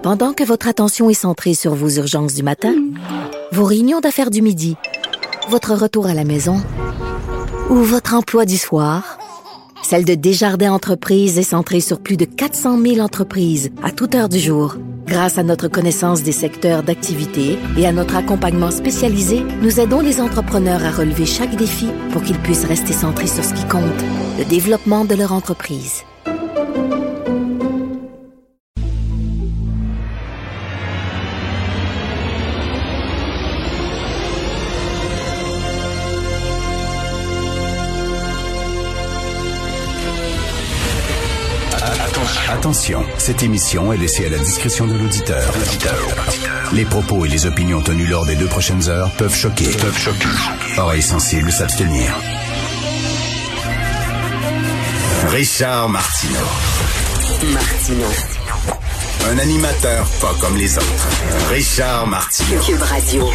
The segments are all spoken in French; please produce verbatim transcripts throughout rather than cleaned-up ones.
Pendant que votre attention est centrée sur vos urgences du matin, vos réunions d'affaires du midi, votre retour à la maison ou votre emploi du soir, celle de Desjardins Entreprises est centrée sur plus de quatre cent mille entreprises à toute heure du jour. Grâce à notre connaissance des secteurs d'activité et à notre accompagnement spécialisé, nous aidons les entrepreneurs à relever chaque défi pour qu'ils puissent rester centrés sur ce qui compte, le développement de leur entreprise. Attention, cette émission est laissée à la discrétion de l'auditeur. Les propos et les opinions tenues lors des deux prochaines heures peuvent choquer. Peuvent choquer. Oreilles sensibles s'abstenir. Richard Martineau. Martineau. Un animateur pas comme les autres. Richard Martineau. Cube Radio.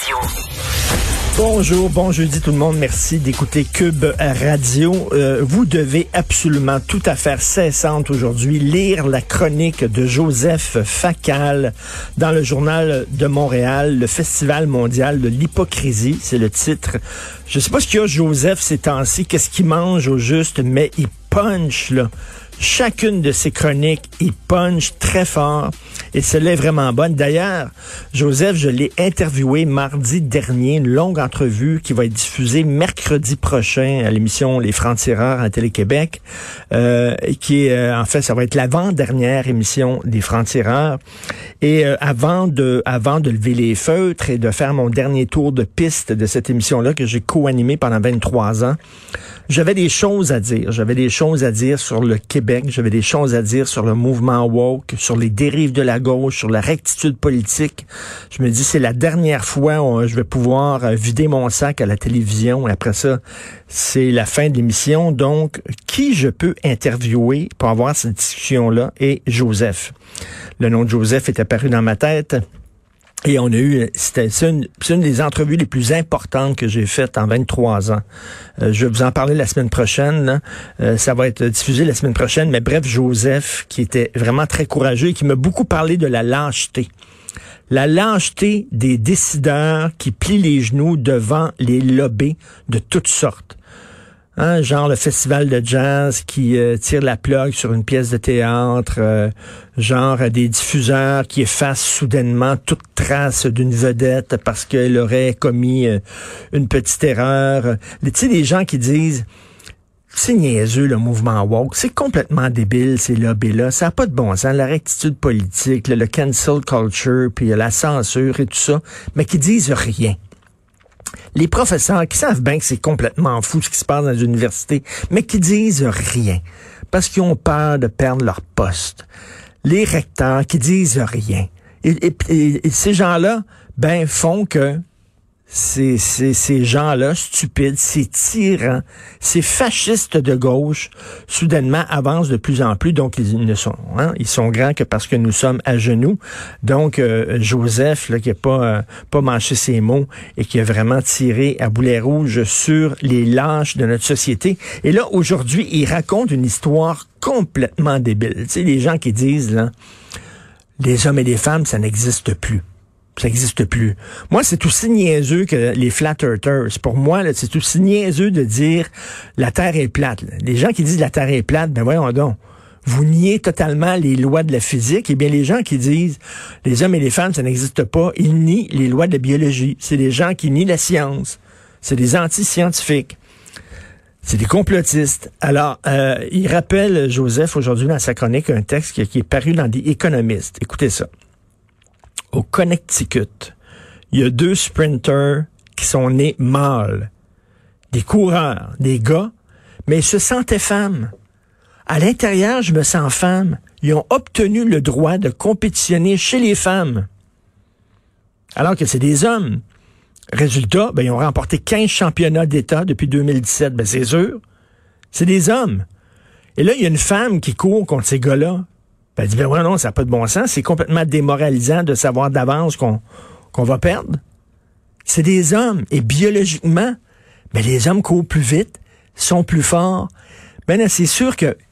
Bonjour, bon jeudi tout le monde. Merci d'écouter Cube Radio. Euh, vous devez absolument, tout à faire cessante aujourd'hui, lire la chronique de Joseph Facal dans le Journal de Montréal, le Festival mondial de l'hypocrisie, c'est le titre. Je sais pas ce qu'il y a Joseph ces temps-ci, qu'est-ce qu'il mange au juste, mais il punch, là. Chacune de ses chroniques, il punch très fort et celle-là est vraiment bonne. D'ailleurs, Joseph, je l'ai interviewé mardi dernier, une longue entrevue qui va être diffusée mercredi prochain à l'émission Les Francs-Tireurs à Télé-Québec, euh, qui est, euh, en fait, ça va être l'avant-dernière émission des Francs-Tireurs. Et euh, avant de avant de lever les feutres et de faire mon dernier tour de piste de cette émission-là que j'ai co-animé pendant vingt-trois ans, j'avais des choses à dire. J'avais des choses à dire sur le Québec. J'avais des choses à dire sur le mouvement woke, sur les dérives de la gauche, sur la rectitude politique. Je me dis, c'est la dernière fois où je vais pouvoir vider mon sac à la télévision. Et après ça, c'est la fin de l'émission. Donc, qui je peux interviewer pour avoir cette discussion-là est Joseph. Le nom de Joseph est apparu dans ma tête. Et on a eu, c'était c'est une, c'est une des entrevues les plus importantes que j'ai faites en vingt-trois ans. Euh, je vais vous en parler la semaine prochaine. Là. Euh, ça va être diffusé la semaine prochaine. Mais bref, Joseph, qui était vraiment très courageux et qui m'a beaucoup parlé de la lâcheté. La lâcheté des décideurs qui plient les genoux devant les lobbies de toutes sortes. Hein, genre le festival de jazz qui euh, tire la plug sur une pièce de théâtre, euh, genre euh, des diffuseurs qui effacent soudainement toute trace d'une vedette parce qu'elle aurait commis euh, une petite erreur. Tu sais, des gens qui disent, c'est niaiseux le mouvement woke, c'est complètement débile ces lobbies-là, ça n'a pas de bon sens, la rectitude politique, le, le cancel culture, puis la censure et tout ça, mais qui disent rien. Les professeurs qui savent bien que c'est complètement fou ce qui se passe dans les universités, mais qui disent rien, parce qu'ils ont peur de perdre leur poste. Les recteurs qui disent rien. Et, et, et, et ces gens-là, ben, font que ces, ces, ces gens-là, stupides, ces tyrans, ces fascistes de gauche, soudainement avancent de plus en plus. Donc, ils ne sont, hein, ils sont grands que parce que nous sommes à genoux. Donc, euh, Joseph, là, qui n'a pas, euh, pas mâché ses mots et qui a vraiment tiré à boulet rouge sur les lâches de notre société. Et là, aujourd'hui, il raconte une histoire complètement débile. Tu sais, les gens qui disent, là, les hommes et les femmes, ça n'existe plus. Ça n'existe plus. Moi, c'est aussi niaiseux que les flat earthers. Pour moi, là, c'est aussi niaiseux de dire la Terre est plate. Là. Les gens qui disent la Terre est plate, ben voyons donc. Vous niez totalement les lois de la physique. Eh bien, les gens qui disent les hommes et les femmes, ça n'existe pas, ils nient les lois de la biologie. C'est des gens qui nient la science. C'est des anti-scientifiques. C'est des complotistes. Alors, euh, il rappelle, Joseph, aujourd'hui dans sa chronique, un texte qui, qui est paru dans The Economist. Écoutez ça. Au Connecticut, il y a deux sprinters qui sont nés mâles. Des coureurs, des gars, mais ils se sentaient femmes. À l'intérieur, je me sens femme. Ils ont obtenu le droit de compétitionner chez les femmes. Alors que c'est des hommes. Résultat, ben, ils ont remporté quinze championnats d'État depuis deux mille dix-sept. Ben, c'est sûr. C'est des hommes. Et là, il y a une femme qui court contre ces gars-là. Ben, elle dit, ben ouais, non, ça n'a pas de bon sens. C'est complètement démoralisant de savoir d'avance qu'on qu'on va perdre. C'est des hommes. Et biologiquement, ben, les hommes courent plus vite, sont plus forts. Ben, là, c'est sûr que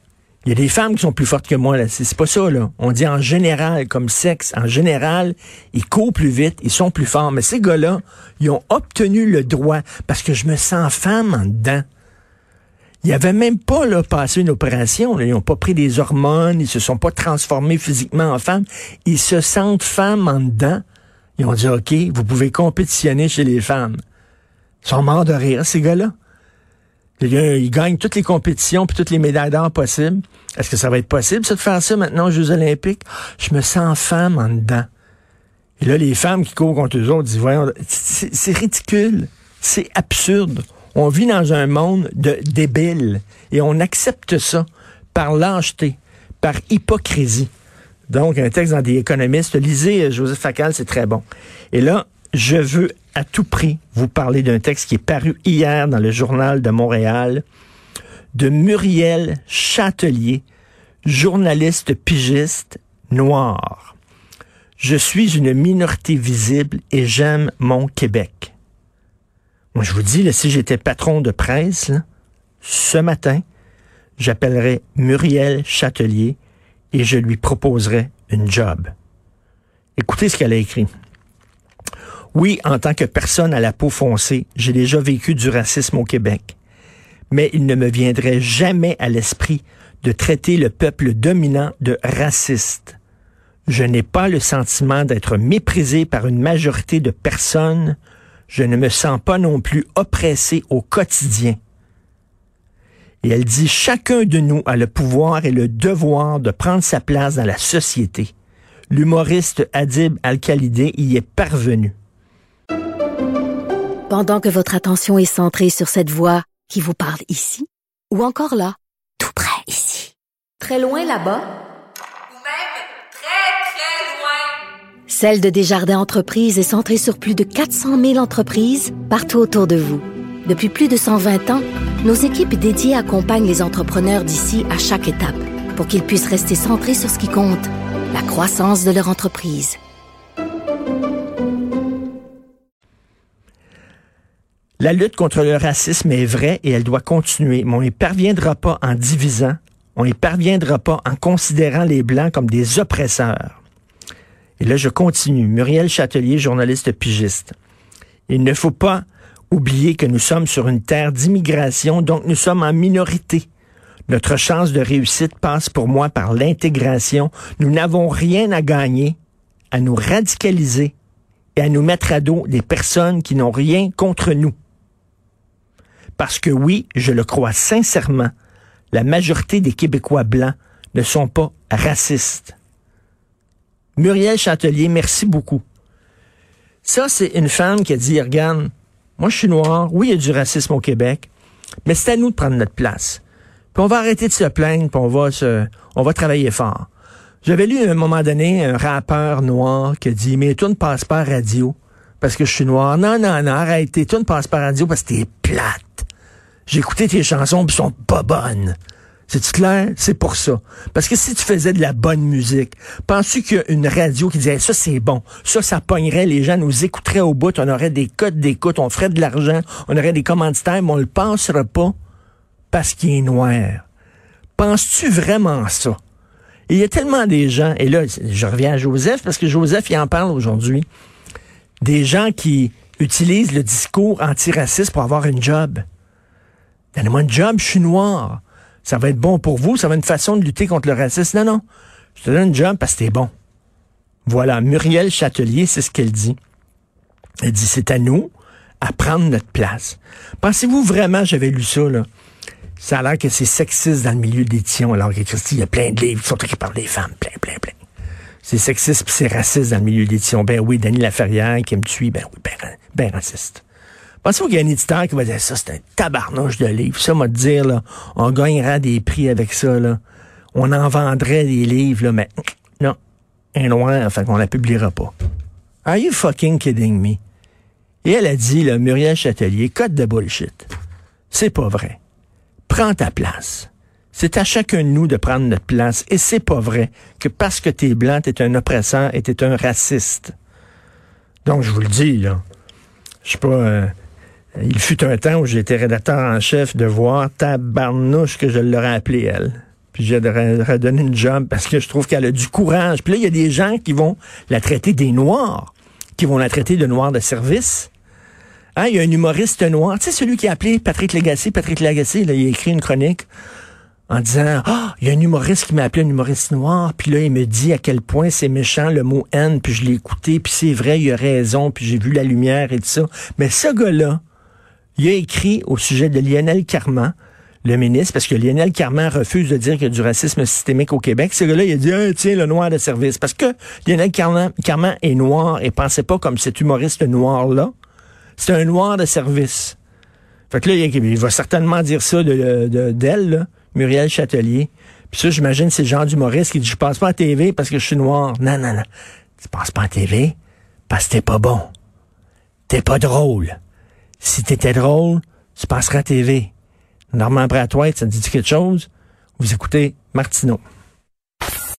Il y a des femmes qui sont plus fortes que moi, là. C'est, c'est pas ça, là. On dit en général, comme sexe, en général, ils courent plus vite, ils sont plus forts. Mais ces gars-là, ils ont obtenu le droit parce que je me sens femme en dedans. Ils n'avaient même pas là, passé une opération. Là. Ils n'ont pas pris des hormones, ils se sont pas transformés physiquement en femmes. Ils se sentent femmes en dedans. Ils ont dit, OK, vous pouvez compétitionner chez les femmes. Ils sont morts de rire, ces gars-là. Ils gagnent toutes les compétitions puis toutes les médailles d'or possibles. Est-ce que ça va être possible, ça, de faire ça maintenant aux Jeux olympiques? Je me sens femme en dedans. Et là, les femmes qui courent contre eux autres disent, voyons, c'est, c'est ridicule. C'est absurde. On vit dans un monde de débiles. Et on accepte ça par lâcheté, par hypocrisie. Donc, un texte dans The Economist. Lisez Joseph Facal, c'est très bon. Et là, je veux à tout prix vous parler d'un texte qui est paru hier dans le Journal de Montréal de Muriel Châtelier, journaliste pigiste noire. Je suis une minorité visible et j'aime mon Québec. Moi, je vous dis, là, si j'étais patron de presse, là, ce matin, j'appellerais Muriel Châtelier et je lui proposerais une job. Écoutez ce qu'elle a écrit. Oui, en tant que personne à la peau foncée, j'ai déjà vécu du racisme au Québec. Mais il ne me viendrait jamais à l'esprit de traiter le peuple dominant de raciste. Je n'ai pas le sentiment d'être méprisé par une majorité de personnes. Je ne me sens pas non plus oppressé au quotidien. Et elle dit, chacun de nous a le pouvoir et le devoir de prendre sa place dans la société. L'humoriste Adib Al-Khalidé y est parvenu. Pendant que votre attention est centrée sur cette voix qui vous parle ici, ou encore là, tout près ici, très loin là-bas, ou même très, très loin, Celle de Desjardins Entreprises est centrée sur plus de quatre cent mille entreprises partout autour de vous. Depuis plus de cent vingt ans, nos équipes dédiées accompagnent les entrepreneurs d'ici à chaque étape pour qu'ils puissent rester centrés sur ce qui compte, la croissance de leur entreprise. La lutte contre le racisme est vraie et elle doit continuer, mais on n'y parviendra pas en divisant, on n'y parviendra pas en considérant les Blancs comme des oppresseurs. Et là, je continue. Muriel Châtelier, journaliste pigiste. Il ne faut pas oublier que nous sommes sur une terre d'immigration, donc nous sommes en minorité. Notre chance de réussite passe pour moi par l'intégration. Nous n'avons rien à gagner à nous radicaliser et à nous mettre à dos des personnes qui n'ont rien contre nous. Parce que oui, je le crois sincèrement, la majorité des Québécois blancs ne sont pas racistes. Muriel Châtelier, merci beaucoup. Ça, c'est une femme qui a dit, regarde, moi je suis noire, oui, il y a du racisme au Québec, mais c'est à nous de prendre notre place. Puis on va arrêter de se plaindre, puis on va se, on va travailler fort. J'avais lu à un moment donné un rappeur noir qui a dit, mais toi ne passes pas à radio parce que je suis noir. Non, non, non, arrête, toi ne passes pas à radio parce que t'es plate. J'ai écouté tes chansons puis sont pas bonnes. C'est-tu clair? C'est pour ça. Parce que si tu faisais de la bonne musique, penses-tu qu'il y a une radio qui disait, ça c'est bon, ça, ça pognerait, les gens nous écouteraient au bout, on aurait des codes d'écoute, on ferait de l'argent, on aurait des commanditaires, mais on le pensera pas parce qu'il est noir. Penses-tu vraiment ça? Et il y a tellement des gens, et là, je reviens à Joseph, parce que Joseph, il en parle aujourd'hui, des gens qui utilisent le discours antiraciste pour avoir une job. Donnez-moi une job, je suis noir. Ça va être bon pour vous, ça va être une façon de lutter contre le racisme. Non, non, je te donne une job parce que t'es bon. Voilà, Muriel Châtelier, c'est ce qu'elle dit. Elle dit, c'est à nous à prendre notre place. Pensez-vous vraiment, j'avais lu ça, là, ça a l'air que c'est sexiste dans le milieu d'édition, alors que Christy, il y a plein de livres qui sont écrits par des femmes, plein, plein, plein. C'est sexiste puis c'est raciste dans le milieu d'édition. Ben oui, Denis Laferrière qui me tue, ben oui, ben, ben raciste. Pensez-vous qu'il y a un éditeur qui va dire ça, c'est un tabarnouche de livres. Ça, m'a dire, là, on gagnera des prix avec ça, là. On en vendrait des livres, là, mais non. Un noir, enfin, qu'on la publiera pas. Are you fucking kidding me? Et elle a dit, là, Muriel Châtelier, code de bullshit. C'est pas vrai. Prends ta place. C'est à chacun de nous de prendre notre place. Et c'est pas vrai que parce que t'es blanc, t'es un oppresseur et t'es un raciste. Donc, je vous le dis, là. Je sais pas... Euh, il fut un temps où j'étais rédacteur en chef de Voir, tabarnouche que je l'aurais appelé, elle. puis je vais donner une job parce que je trouve qu'elle a du courage. Puis là, il y a des gens qui vont la traiter des Noirs, qui vont la traiter de noir de service. Hein, il y a un humoriste noir, tu sais, celui qui a appelé Patrick Lagacé. Patrick Lagacé, là, il a écrit une chronique en disant, ah, oh, il y a un humoriste qui m'a appelé un humoriste noir, puis là, il me dit à quel point c'est méchant le mot haine, puis je l'ai écouté, puis c'est vrai, il a raison, puis j'ai vu la lumière et tout ça. Mais ce gars-là, il a écrit au sujet de Lionel Carman, le ministre, parce que Lionel Carman refuse de dire qu'il y a du racisme systémique au Québec. Ce gars-là, il a dit, ah, tiens, le noir de service. Parce que Lionel Carman, Carman est noir et pensait pas comme cet humoriste noir-là. C'est un noir de service. Fait que là, il va certainement dire ça de, de, d'elle, là. Muriel Châtelier. Puis ça, j'imagine, c'est le genre d'humoriste qui dit, je passe pas à T V parce que je suis noir. Non, non, non. Tu passes pas à T V parce que t'es pas bon. T'es pas drôle. Si t'étais drôle, tu passerais à T V. Normand Brathwaite, ça te dit quelque chose? Vous écoutez Martineau.